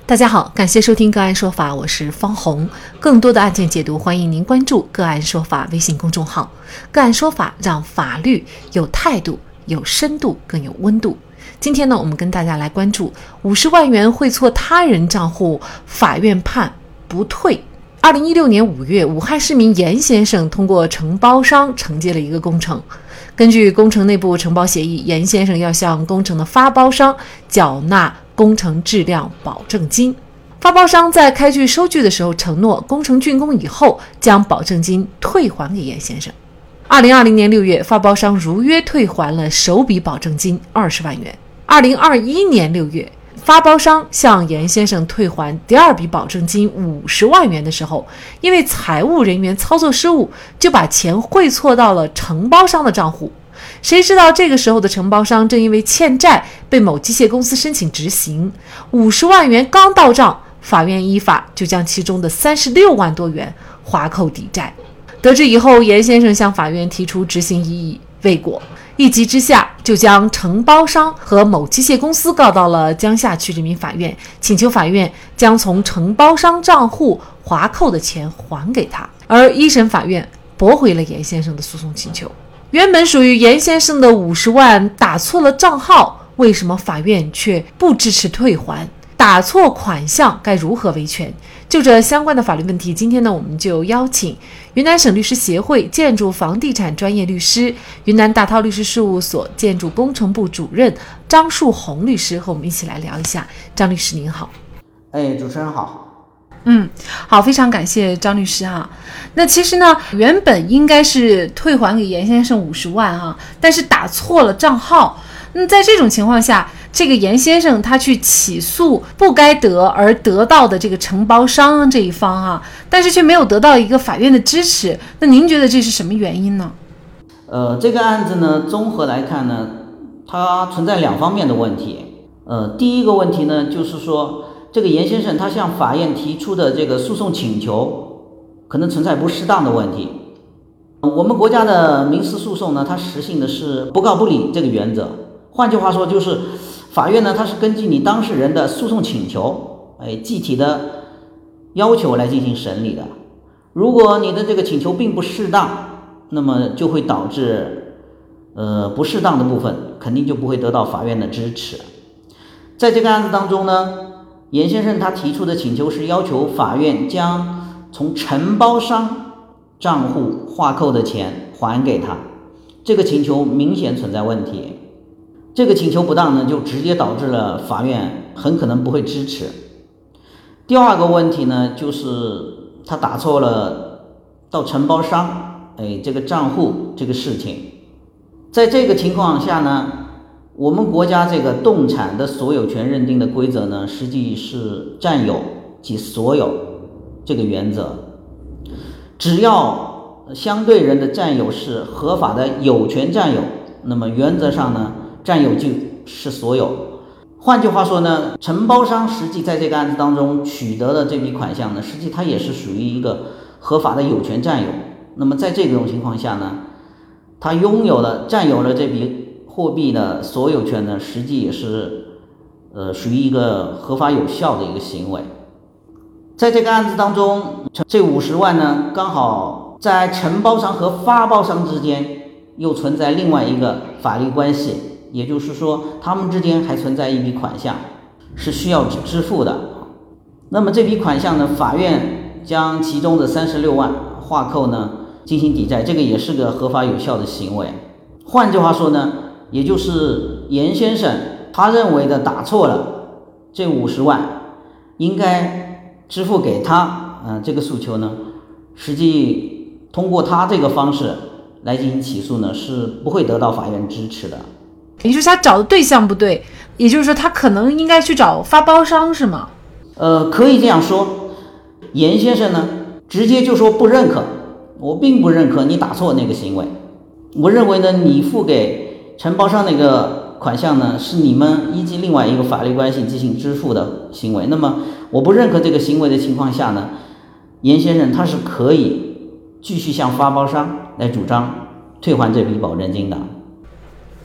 大家好，感谢收听个案说法，我是方红。更多的案件解读，欢迎您关注个案说法微信公众号。个案说法让法律有态度、有深度、更有温度。今天呢，我们跟大家来关注50万元汇错他人账户，法院判不退。2016年5月，武汉市民严先生通过承包商承接了一个工程。根据工程内部承包协议，严先生要向工程的发包商缴纳工程质量保证金。发包商在开具收据的时候承诺，工程竣工以后将保证金退还给严先生。2020年6月，发包商如约退还了首笔保证金20万元。2021年6月，发包商向严先生退还第二笔保证金50万元的时候，因为财务人员操作失误，就把钱汇错到了承包商的账户。谁知道这个时候的承包商正因为欠债被某机械公司申请执行，50万元刚到账，法院依法就将其中的36万多元划扣抵债。得知以后，严先生向法院提出执行异议未果，一急之下就将承包商和某机械公司告到了江夏区人民法院，请求法院将从承包商账户划扣的钱还给他。而一审法院驳回了严先生的诉讼请求。原本属于严先生的50万打错了账号，为什么法院却不支持退还？打错款项该如何维权？就这相关的法律问题，今天呢，我们就邀请云南省律师协会建筑房地产专业律师、云南大韬律师事务所建筑工程部主任张树红律师和我们一起来聊一下。张律师您好。 主持人好。 好，非常感谢张律师哈。那其实呢，原本应该是退还给严先生50万哈，但是打错了账号。那在这种情况下，这个严先生他去起诉不该得而得到的这个承包商这一方哈，但是却没有得到一个法院的支持。那您觉得这是什么原因呢？ 这个案子呢，综合来看呢，它存在两方面的问题。第一个问题呢，就是说这个严先生他向法院提出的这个诉讼请求可能存在不适当的问题。我们国家的民事诉讼呢，它实行的是不告不理这个原则。换句话说，就是法院呢，它是根据你当事人的诉讼请求，具体的要求来进行审理的。如果你的这个请求并不适当，那么就会导致不适当的部分肯定就不会得到法院的支持。在这个案子当中呢，严先生他提出的请求是要求法院将从承包商账户划扣的钱还给他，这个请求明显存在问题。这个请求不当呢，就直接导致了法院很可能不会支持。第二个问题呢，就是他打错了到承包商这个账户这个事情。在这个情况下呢，我们国家这个动产的所有权认定的规则呢，实际是占有即所有这个原则。只要相对人的占有是合法的有权占有，那么原则上呢，占有就是所有。换句话说呢，承包商实际在这个案子当中取得的这笔款项呢，实际它也是属于一个合法的有权占有。那么在这种情况下呢，他占有了这笔货币的所有权呢，实际也是属于一个合法有效的一个行为。在这个案子当中，这50万呢，刚好在承包商和发包商之间又存在另外一个法律关系，也就是说他们之间还存在一笔款项是需要支付的。那么这笔款项呢，法院将其中的36万划扣呢进行抵债，这个也是个合法有效的行为。换句话说呢，也就是严先生他认为的打错了这50万应该支付给他这个诉求呢，实际通过他这个方式来进行起诉呢，是不会得到法院支持的。 也就是他找的对象不对，也就是说他可能应该去找发包商是吗？ 可以这样说。严先生呢直接就说不认可，我并不认可你打错那个行为，我认为呢你付给承包商那个款项呢是你们依据另外一个法律关系进行支付的行为，那么我不认可这个行为的情况下呢，严先生他是可以继续向发包商来主张退还这笔保证金的。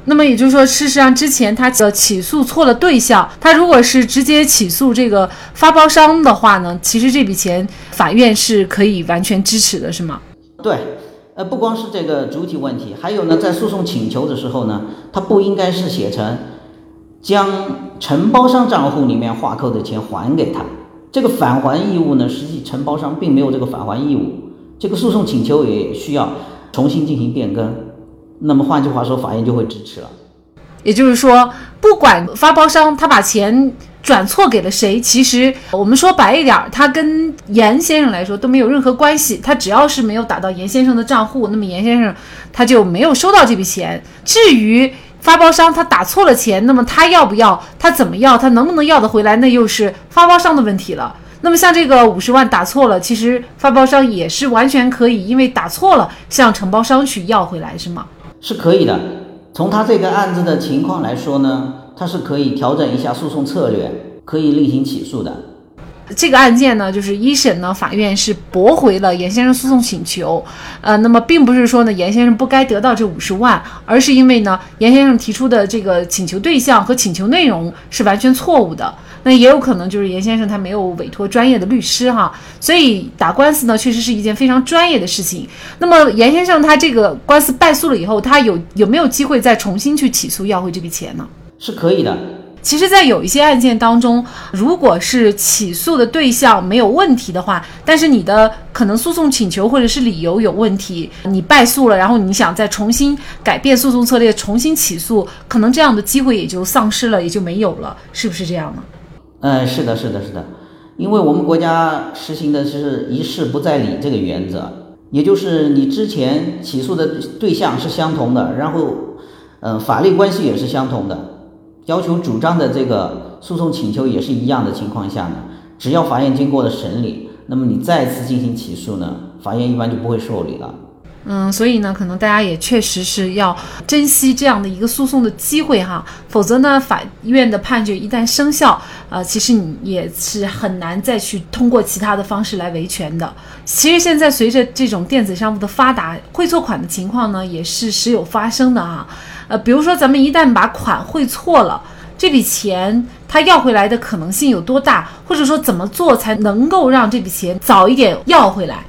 那么也就是说，事实上之前他起诉错了对象，他如果是直接起诉这个发包商的话呢，其实这笔钱法院是可以完全支持的，是吗？ 对，不光是这个主体问题，还有呢，在诉讼请求的时候呢，他不应该是写成将承包商账户里面划扣的钱还给他，这个返还义务呢，实际承包商并没有这个返还义务，这个诉讼请求也需要重新进行变更。那么换句话说，法院就会支持了。 也就是说，不管发包商他把钱转错给了谁，其实我们说白一点，他跟严先生来说都没有任何关系，他只要是没有打到严先生的账户，那么严先生他就没有收到这笔钱。至于发包商他打错了钱，那么他要不要，他怎么要，他能不能要得回来，那又是发包商的问题了。那么像这个50万打错了，其实发包商也是完全可以因为打错了向承包商去要回来，是吗？ 是可以的。从他这个案子的情况来说呢，他是可以调整一下诉讼策略，可以另行起诉的。 这个案件呢，就是一审呢，法院是驳回了严先生诉讼请求，那么并不是说呢严先生不该得到这50万，而是因为呢严先生提出的这个请求对象和请求内容是完全错误的。那也有可能就是严先生他没有委托专业的律师哈，所以打官司呢确实是一件非常专业的事情。那么严先生他这个官司败诉了以后，他有没有机会再重新去起诉要回这笔钱呢？ 是可以的。 其实在有一些案件当中，如果是起诉的对象没有问题的话，但是你的可能诉讼请求或者是理由有问题，你败诉了，然后你想再重新改变诉讼策略重新起诉，可能这样的机会也就丧失了，也就没有了，是不是这样呢？ 是的，因为我们国家实行的是一事不再理这个原则，也就是你之前起诉的对象是相同的，然后法律关系也是相同的，要求主张的这个诉讼请求也是一样的情况下呢，只要法院经过了审理，那么你再次进行起诉呢，法院一般就不会受理了。 所以呢，可能大家也确实是要珍惜这样的一个诉讼的机会哈，否则呢，法院的判决一旦生效，其实你也是很难再去通过其他的方式来维权的。其实现在随着这种电子商务的发达，汇错款的情况呢，也是时有发生的哈。比如说咱们一旦把款汇错了，这笔钱它要回来的可能性有多大，或者说怎么做才能够让这笔钱早一点要回来？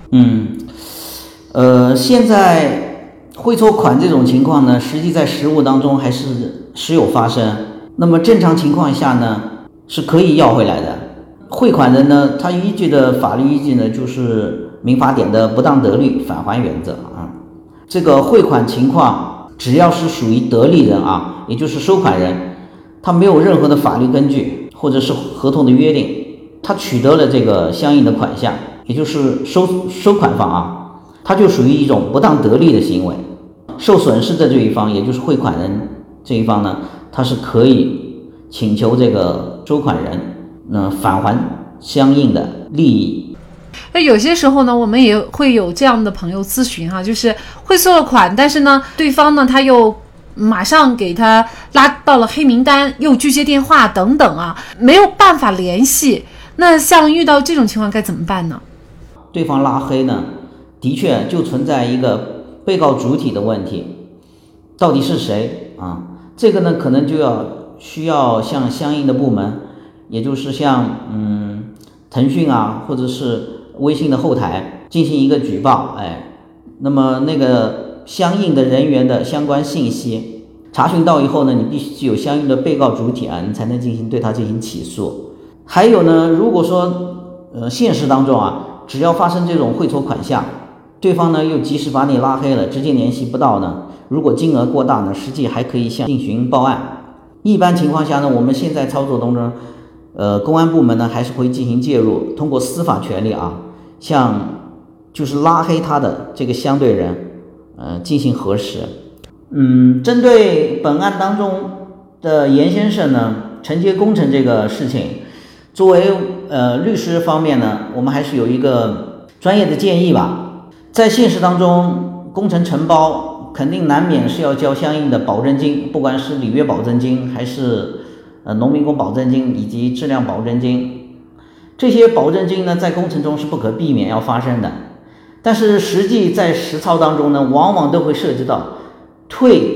现在汇错款这种情况呢，实际在实务当中还是时有发生。那么正常情况下呢，是可以要回来的。汇款人呢，他依据的法律依据呢，就是民法典的不当得利返还原则啊。这个汇款情况，只要是属于得利人啊，也就是收款人，他没有任何的法律根据或者是合同的约定，他取得了这个相应的款项，也就是收款方啊。它就属于一种不当得利的行为，受损失的这一方，也就是汇款人这一方呢，他是可以请求这个收款人返还相应的利益。 有些时候呢，我们也会有这样的朋友咨询哈，就是汇错了款，但是呢，对方呢他又马上给他拉到了黑名单，又拒接电话等等啊，没有办法联系。那像遇到这种情况该怎么办呢？ 对方拉黑呢，的确就存在一个被告主体的问题，到底是谁啊？这个呢，可能需要向相应的部门，也就是像腾讯啊，或者是微信的后台进行一个举报，那么那个相应的人员的相关信息查询到以后呢，你必须具有相应的被告主体啊，你才能对他进行起诉。还有呢，如果说现实当中啊，只要发生这种汇错款项，对方呢又及时把你拉黑了，直接联系不到呢，如果金额过大呢，实际还可以向进行报案。一般情况下呢，我们现在操作当中，公安部门呢还是会进行介入，通过司法权力啊，就是拉黑他的这个相对人，进行核实。针对本案当中的严先生呢，承接工程这个事情，作为律师方面呢，我们还是有一个专业的建议吧。在现实当中，工程承包肯定难免是要交相应的保证金，不管是履约保证金还是农民工保证金以及质量保证金，这些保证金呢，在工程中是不可避免要发生的。但是实际在实操当中呢，往往都会涉及到退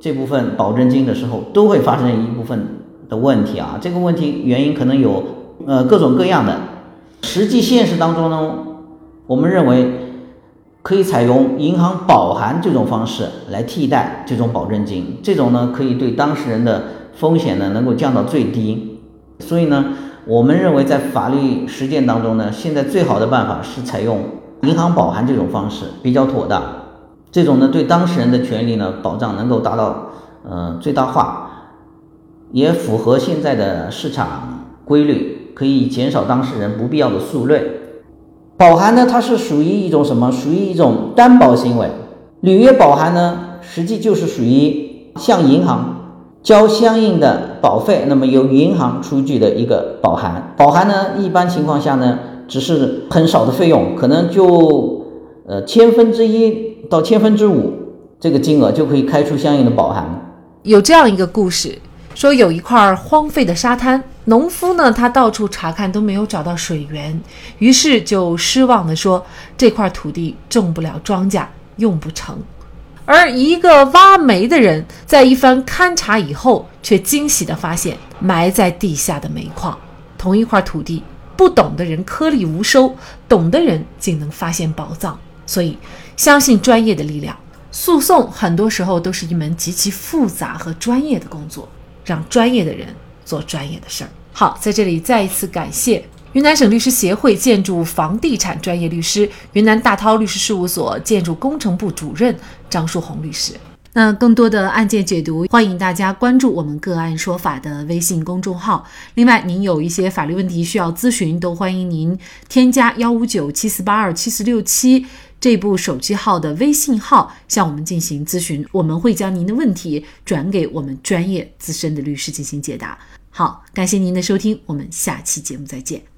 这部分保证金的时候，都会发生一部分的问题啊。这个问题原因可能有各种各样的。实际现实当中呢，我们认为可以采用银行保函这种方式来替代这种保证金，这种呢可以对当事人的风险呢能够降到最低。所以呢，我们认为在法律实践当中呢，现在最好的办法是采用银行保函这种方式，比较妥当。这种呢对当事人的权利呢保障能够达到最大化，也符合现在的市场规律，可以减少当事人不必要的诉累。保函呢，它是属于一种什么？属于一种担保行为。履约保函呢，实际就是属于向银行交相应的保费，那么由银行出具的一个保函。保函呢，一般情况下呢，只是很少的费用，可能就1/1000到5/1000这个金额就可以开出相应的保函。 有这样一个故事，说有一块荒废的沙滩，农夫呢他到处查看都没有找到水源，于是就失望地说这块土地种不了庄稼，用不成。而一个挖煤的人在一番勘察以后，却惊喜地发现埋在地下的煤矿。同一块土地，不懂的人颗粒无收，懂的人竟能发现宝藏。所以相信专业的力量，诉讼很多时候都是一门极其复杂和专业的工作，让专业的人做专业的事儿。好，在这里再一次感谢云南省律师协会建筑房地产专业律师、云南大韬律师事务所建筑工程部主任张树红律师。那更多的案件解读，欢迎大家关注我们个案说法的微信公众号。另外，您有一些法律问题需要咨询，都欢迎您添加15974827467这部手机号的微信号向我们进行咨询，我们会将您的问题转给我们专业资深的律师进行解答。好，感谢您的收听，我们下期节目再见。